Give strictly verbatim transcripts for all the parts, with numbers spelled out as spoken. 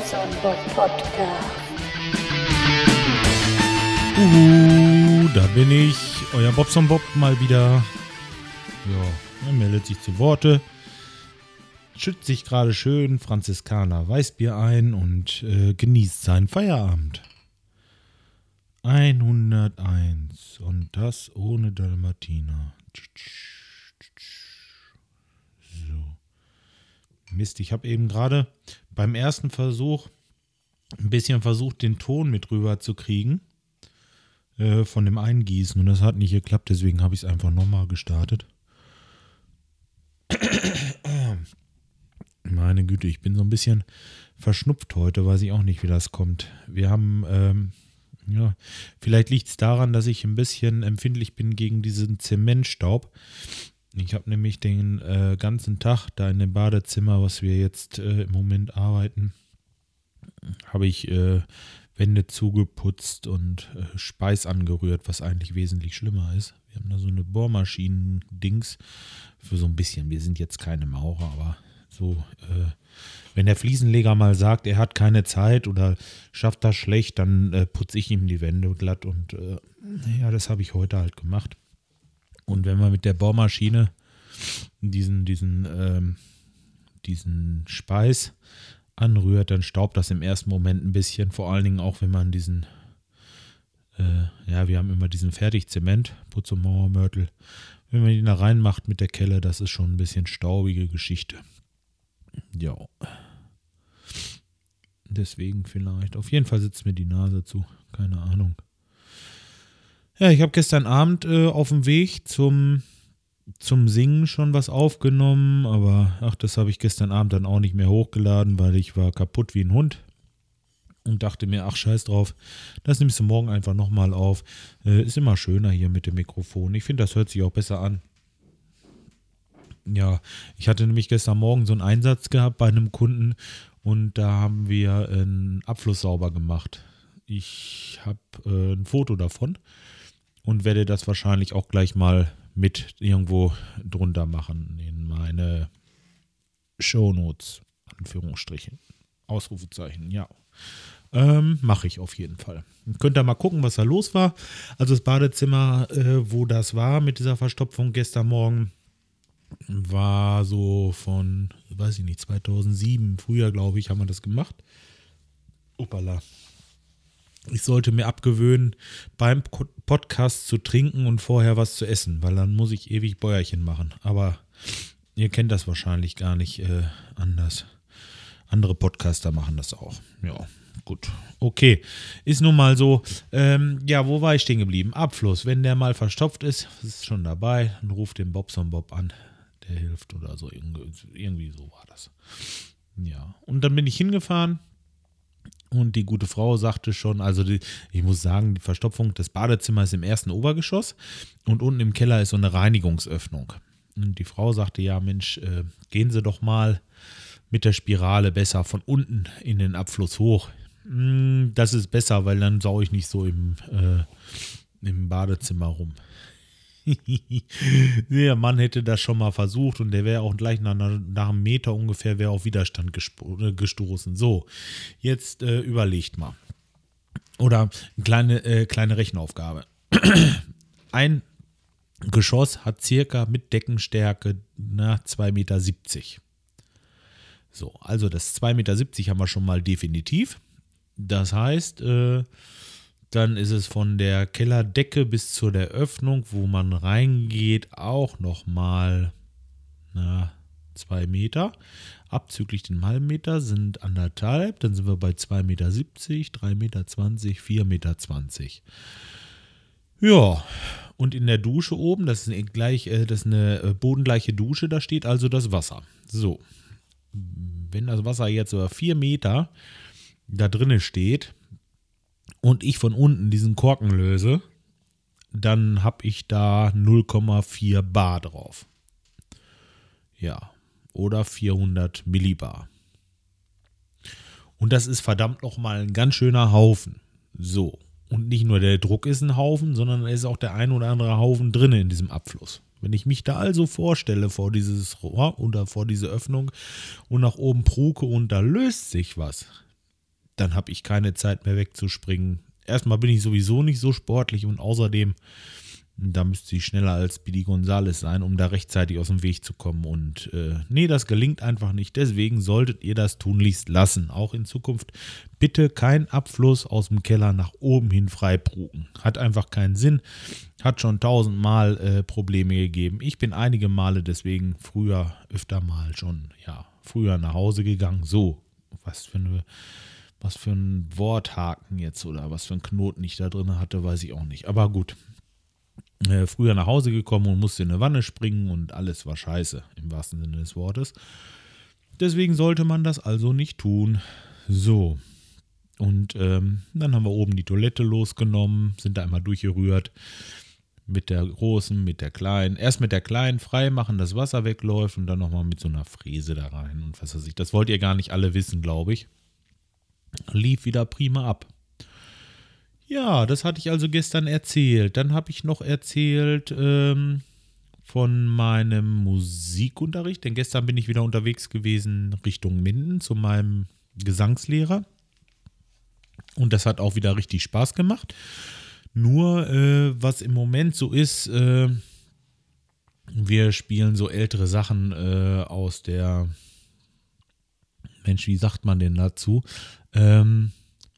Bobson Bob Podcast. Uhu, da bin ich, euer Bobson Bob mal wieder. Ja, er meldet sich zu Worte. Schützt sich gerade schön Franziskaner Weißbier ein und äh, genießt seinen Feierabend. hunderteins und das ohne Dalmatiner. So. Mist, ich habe eben gerade beim ersten Versuch ein bisschen versucht, den Ton mit rüber zu kriegen äh, von dem Eingießen und das hat nicht geklappt, deswegen habe ich es einfach nochmal gestartet. Meine Güte, ich bin so ein bisschen verschnupft heute, weiß ich auch nicht, wie das kommt. Wir haben, ähm, ja, vielleicht liegt es daran, dass ich ein bisschen empfindlich bin gegen diesen Zementstaub. Ich habe nämlich den äh, ganzen Tag da in dem Badezimmer, was wir jetzt äh, im Moment arbeiten, habe ich äh, Wände zugeputzt und äh, Speis angerührt, was eigentlich wesentlich schlimmer ist. Wir haben da so eine Bohrmaschinen-Dings für so ein bisschen. Wir sind jetzt keine Maurer, aber so, äh, wenn der Fliesenleger mal sagt, er hat keine Zeit oder schafft das schlecht, dann äh, putze ich ihm die Wände glatt und äh, ja, das habe ich heute halt gemacht. Und wenn man mit der Bohrmaschine diesen, diesen, ähm, diesen Speis anrührt, dann staubt das im ersten Moment ein bisschen, vor allen Dingen auch, wenn man diesen, äh, ja, wir haben immer diesen Fertigzement, Putz- und Mauermörtel, wenn man ihn da reinmacht mit der Kelle, das ist schon ein bisschen staubige Geschichte. Ja. Deswegen vielleicht. Auf jeden Fall sitzt mir die Nase zu. Keine Ahnung. Ja, ich habe gestern Abend äh, auf dem Weg zum, zum Singen schon was aufgenommen, aber ach, das habe ich gestern Abend dann auch nicht mehr hochgeladen, weil ich war kaputt wie ein Hund und dachte mir, ach scheiß drauf, das nimmst du morgen einfach nochmal auf. Äh, ist immer schöner hier mit dem Mikrofon. Ich finde, das hört sich auch besser an. Ja, ich hatte nämlich gestern Morgen so einen Einsatz gehabt bei einem Kunden und da haben wir einen Abfluss sauber gemacht. Ich habe äh, ein Foto davon und werde das wahrscheinlich auch gleich mal mit irgendwo drunter machen in meine Shownotes, Anführungsstrichen, Ausrufezeichen, ja. Ähm, mache ich auf jeden Fall. Könnt ihr mal gucken, was da los war. Also das Badezimmer, äh, wo das war mit dieser Verstopfung gestern Morgen, war so von, weiß ich nicht, zweitausendsieben, früher glaube ich, haben wir das gemacht. Uppala. Ich sollte mir abgewöhnen, beim Podcast zu trinken und vorher was zu essen, weil dann muss ich ewig Bäuerchen machen. Aber ihr kennt das wahrscheinlich gar nicht äh, anders. Andere Podcaster machen das auch. Ja, gut. Okay, ist nun mal so. Ähm, ja, wo war ich stehen geblieben? Abfluss. Wenn der mal verstopft ist, ist schon dabei, dann ruft den Bobson Bob an. Der hilft oder so. Irgendwie so war das. Ja, und dann bin ich hingefahren und die gute Frau sagte schon, also die, ich muss sagen, die Verstopfung des Badezimmers ist im ersten Obergeschoss und unten im Keller ist so eine Reinigungsöffnung. Und die Frau sagte, ja Mensch, äh, gehen Sie doch mal mit der Spirale besser von unten in den Abfluss hoch. Mm, das ist besser, weil dann sauge ich nicht so im, äh, im Badezimmer rum. Der Mann hätte das schon mal versucht und der wäre auch gleich nach, nach einem Meter ungefähr wäre auf Widerstand gesp- gestoßen. So, jetzt äh, überlegt mal. Oder eine kleine, äh, kleine Rechenaufgabe. Ein Geschoss hat circa mit Deckenstärke na, zwei Komma siebzig Meter. So, also das zwei Komma siebzig Meter haben wir schon mal definitiv. Das heißt, äh, dann ist es von der Kellerdecke bis zu der Öffnung, wo man reingeht, auch nochmal zwei Meter. Abzüglich den halben Meter sind anderthalb, dann sind wir bei zwei Komma siebzig Meter, drei Komma zwanzig Meter, vier Komma zwanzig Meter. Ja, und in der Dusche oben, das ist, eine gleich, das ist eine bodengleiche Dusche, da steht also das Wasser. So, wenn das Wasser jetzt über vier Meter da drinne steht, und ich von unten diesen Korken löse, dann habe ich da null Komma vier Bar drauf. Ja, oder vierhundert Millibar. Und das ist verdammt nochmal ein ganz schöner Haufen. So, und nicht nur der Druck ist ein Haufen, sondern da ist auch der ein oder andere Haufen drin in diesem Abfluss. Wenn ich mich da also vorstelle vor dieses Rohr oder vor diese Öffnung und nach oben pruke und da löst sich was, dann habe ich keine Zeit mehr wegzuspringen. Erstmal bin ich sowieso nicht so sportlich und außerdem, da müsste ich schneller als Speedy Gonzales sein, um da rechtzeitig aus dem Weg zu kommen. Und äh, nee, das gelingt einfach nicht. Deswegen solltet ihr das tunlichst lassen. Auch in Zukunft bitte kein Abfluss aus dem Keller nach oben hin freiprugen. Hat einfach keinen Sinn. Hat schon tausendmal äh, Probleme gegeben. Ich bin einige Male deswegen früher öfter mal schon, ja, früher nach Hause gegangen. So, was für eine, was für ein Worthaken jetzt oder was für ein Knoten ich da drin hatte, weiß ich auch nicht. Aber gut. Äh, früher nach Hause gekommen und musste in eine Wanne springen und alles war scheiße, im wahrsten Sinne des Wortes. Deswegen sollte man das also nicht tun. So, und ähm, dann haben wir oben die Toilette losgenommen, sind da einmal durchgerührt mit der großen, mit der kleinen. Erst mit der kleinen frei machen, das Wasser wegläuft und dann nochmal mit so einer Fräse da rein und was weiß ich. Das wollt ihr gar nicht alle wissen, glaube ich. Lief wieder prima ab. Ja, das hatte ich also gestern erzählt. Dann habe ich noch erzählt ähm, von meinem Musikunterricht, denn gestern bin ich wieder unterwegs gewesen Richtung Minden zu meinem Gesangslehrer. Und das hat auch wieder richtig Spaß gemacht. Nur, äh, was im Moment so ist, äh, wir spielen so ältere Sachen äh, aus der, Mensch, wie sagt man denn dazu? Ähm,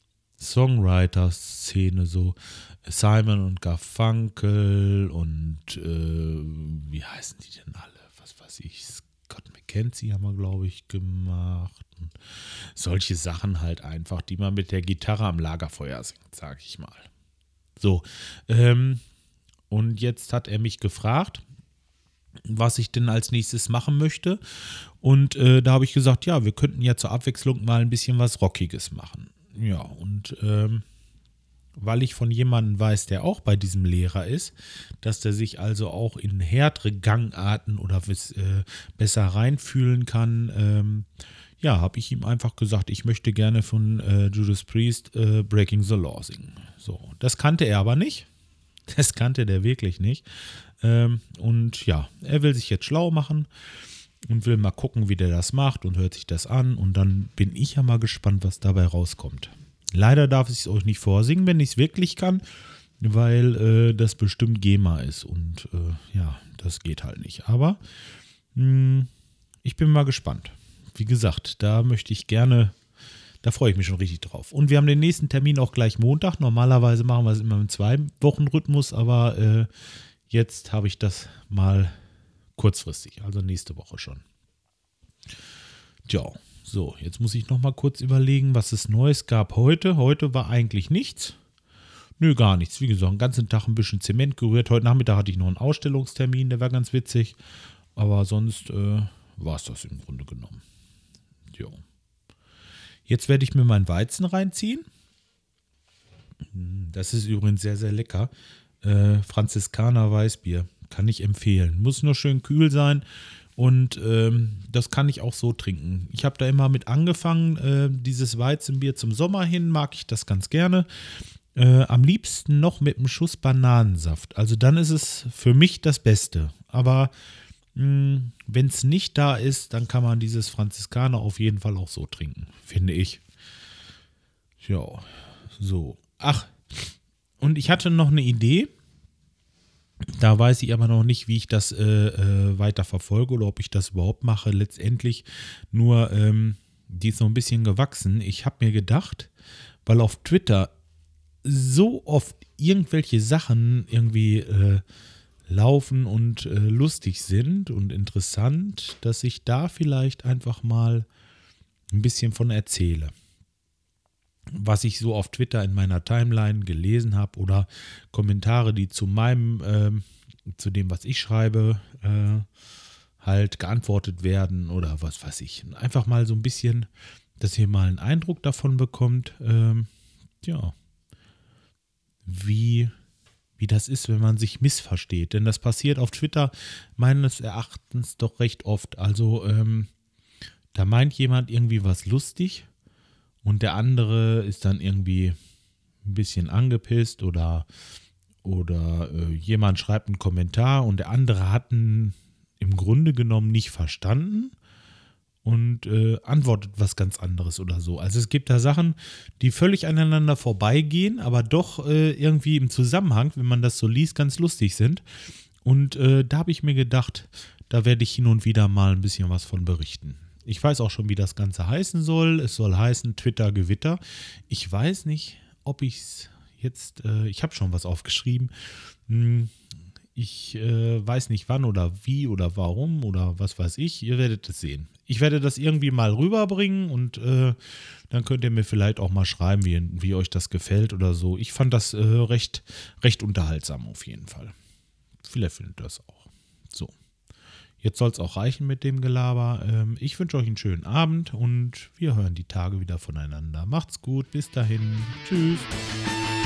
Songwriter-Szene, so Simon und Garfunkel und äh, wie heißen die denn alle? Was weiß ich, Scott McKenzie haben wir, glaube ich, gemacht. Und solche Sachen halt einfach, die man mit der Gitarre am Lagerfeuer singt, sage ich mal. So, ähm, und jetzt hat er mich gefragt, was ich denn als nächstes machen möchte. Und äh, da habe ich gesagt, ja, wir könnten ja zur Abwechslung mal ein bisschen was Rockiges machen. Ja, und ähm, weil ich von jemandem weiß, der auch bei diesem Lehrer ist, dass der sich also auch in härtere Gangarten oder äh, besser reinfühlen kann, ähm, ja, habe ich ihm einfach gesagt, ich möchte gerne von äh, Judas Priest äh, Breaking the Law singen. So, das kannte er aber nicht. Das kannte der wirklich nicht. Ähm, und ja, er will sich jetzt schlau machen und will mal gucken, wie der das macht und hört sich das an. Und dann bin ich ja mal gespannt, was dabei rauskommt. Leider darf ich es euch nicht vorsingen, wenn ich es wirklich kann, weil äh, das bestimmt GEMA ist. Und äh, ja, das geht halt nicht. Aber mh, ich bin mal gespannt. Wie gesagt, da möchte ich gerne, da freue ich mich schon richtig drauf. Und wir haben den nächsten Termin auch gleich Montag. Normalerweise machen wir es immer im Zwei-Wochen-Rhythmus, aber äh, jetzt habe ich das mal kurzfristig, also nächste Woche schon. Tja, so, jetzt muss ich noch mal kurz überlegen, was es Neues gab heute. Heute war eigentlich nichts. Nö, gar nichts. Wie gesagt, den ganzen Tag ein bisschen Zement gerührt. Heute Nachmittag hatte ich noch einen Ausstellungstermin, der war ganz witzig. Aber sonst äh, war es das im Grunde genommen. Jo. Jetzt werde ich mir meinen Weizen reinziehen. Das ist übrigens sehr, sehr lecker. Äh, Franziskaner Weißbier. Kann ich empfehlen. Muss nur schön kühl sein. Und ähm, das kann ich auch so trinken. Ich habe da immer mit angefangen. Äh, dieses Weizenbier zum Sommer hin mag ich das ganz gerne. Äh, am liebsten noch mit einem Schuss Bananensaft. Also dann ist es für mich das Beste. Aber wenn es nicht da ist, dann kann man dieses Franziskaner auf jeden Fall auch so trinken, finde ich. Ja, so. Ach, und ich hatte noch eine Idee. Da weiß ich aber noch nicht, wie ich das äh, äh, weiter verfolge oder ob ich das überhaupt mache. Letztendlich nur, ähm, die ist noch ein bisschen gewachsen. Ich habe mir gedacht, weil auf Twitter so oft irgendwelche Sachen irgendwie äh, laufen und äh, lustig sind und interessant, dass ich da vielleicht einfach mal ein bisschen von erzähle. Was ich so auf Twitter in meiner Timeline gelesen habe oder Kommentare, die zu meinem, äh, zu dem, was ich schreibe, äh, halt geantwortet werden oder was weiß ich. Einfach mal so ein bisschen, dass ihr mal einen Eindruck davon bekommt, äh, ja, wie wie das ist, wenn man sich missversteht. Denn das passiert auf Twitter meines Erachtens doch recht oft. Also ähm, da meint jemand irgendwie was lustig und der andere ist dann irgendwie ein bisschen angepisst oder, oder äh, jemand schreibt einen Kommentar und der andere hat ihn im Grunde genommen nicht verstanden und äh, antwortet was ganz anderes oder so. Also es gibt da Sachen, die völlig aneinander vorbeigehen, aber doch äh, irgendwie im Zusammenhang, wenn man das so liest, ganz lustig sind. Und äh, da habe ich mir gedacht, da werde ich hin und wieder mal ein bisschen was von berichten. Ich weiß auch schon, wie das Ganze heißen soll. Es soll heißen Twitter-Gewitter. Ich weiß nicht, ob ich es jetzt, äh, ich habe schon was aufgeschrieben. Hm, ich äh, weiß nicht wann oder wie oder warum oder was weiß ich. Ihr werdet es sehen. Ich werde das irgendwie mal rüberbringen und äh, dann könnt ihr mir vielleicht auch mal schreiben, wie, wie euch das gefällt oder so. Ich fand das äh, recht, recht unterhaltsam auf jeden Fall. Vielleicht findet ihr das auch. So. Jetzt soll es auch reichen mit dem Gelaber. Ähm, ich wünsche euch einen schönen Abend und wir hören die Tage wieder voneinander. Macht's gut, bis dahin. Tschüss.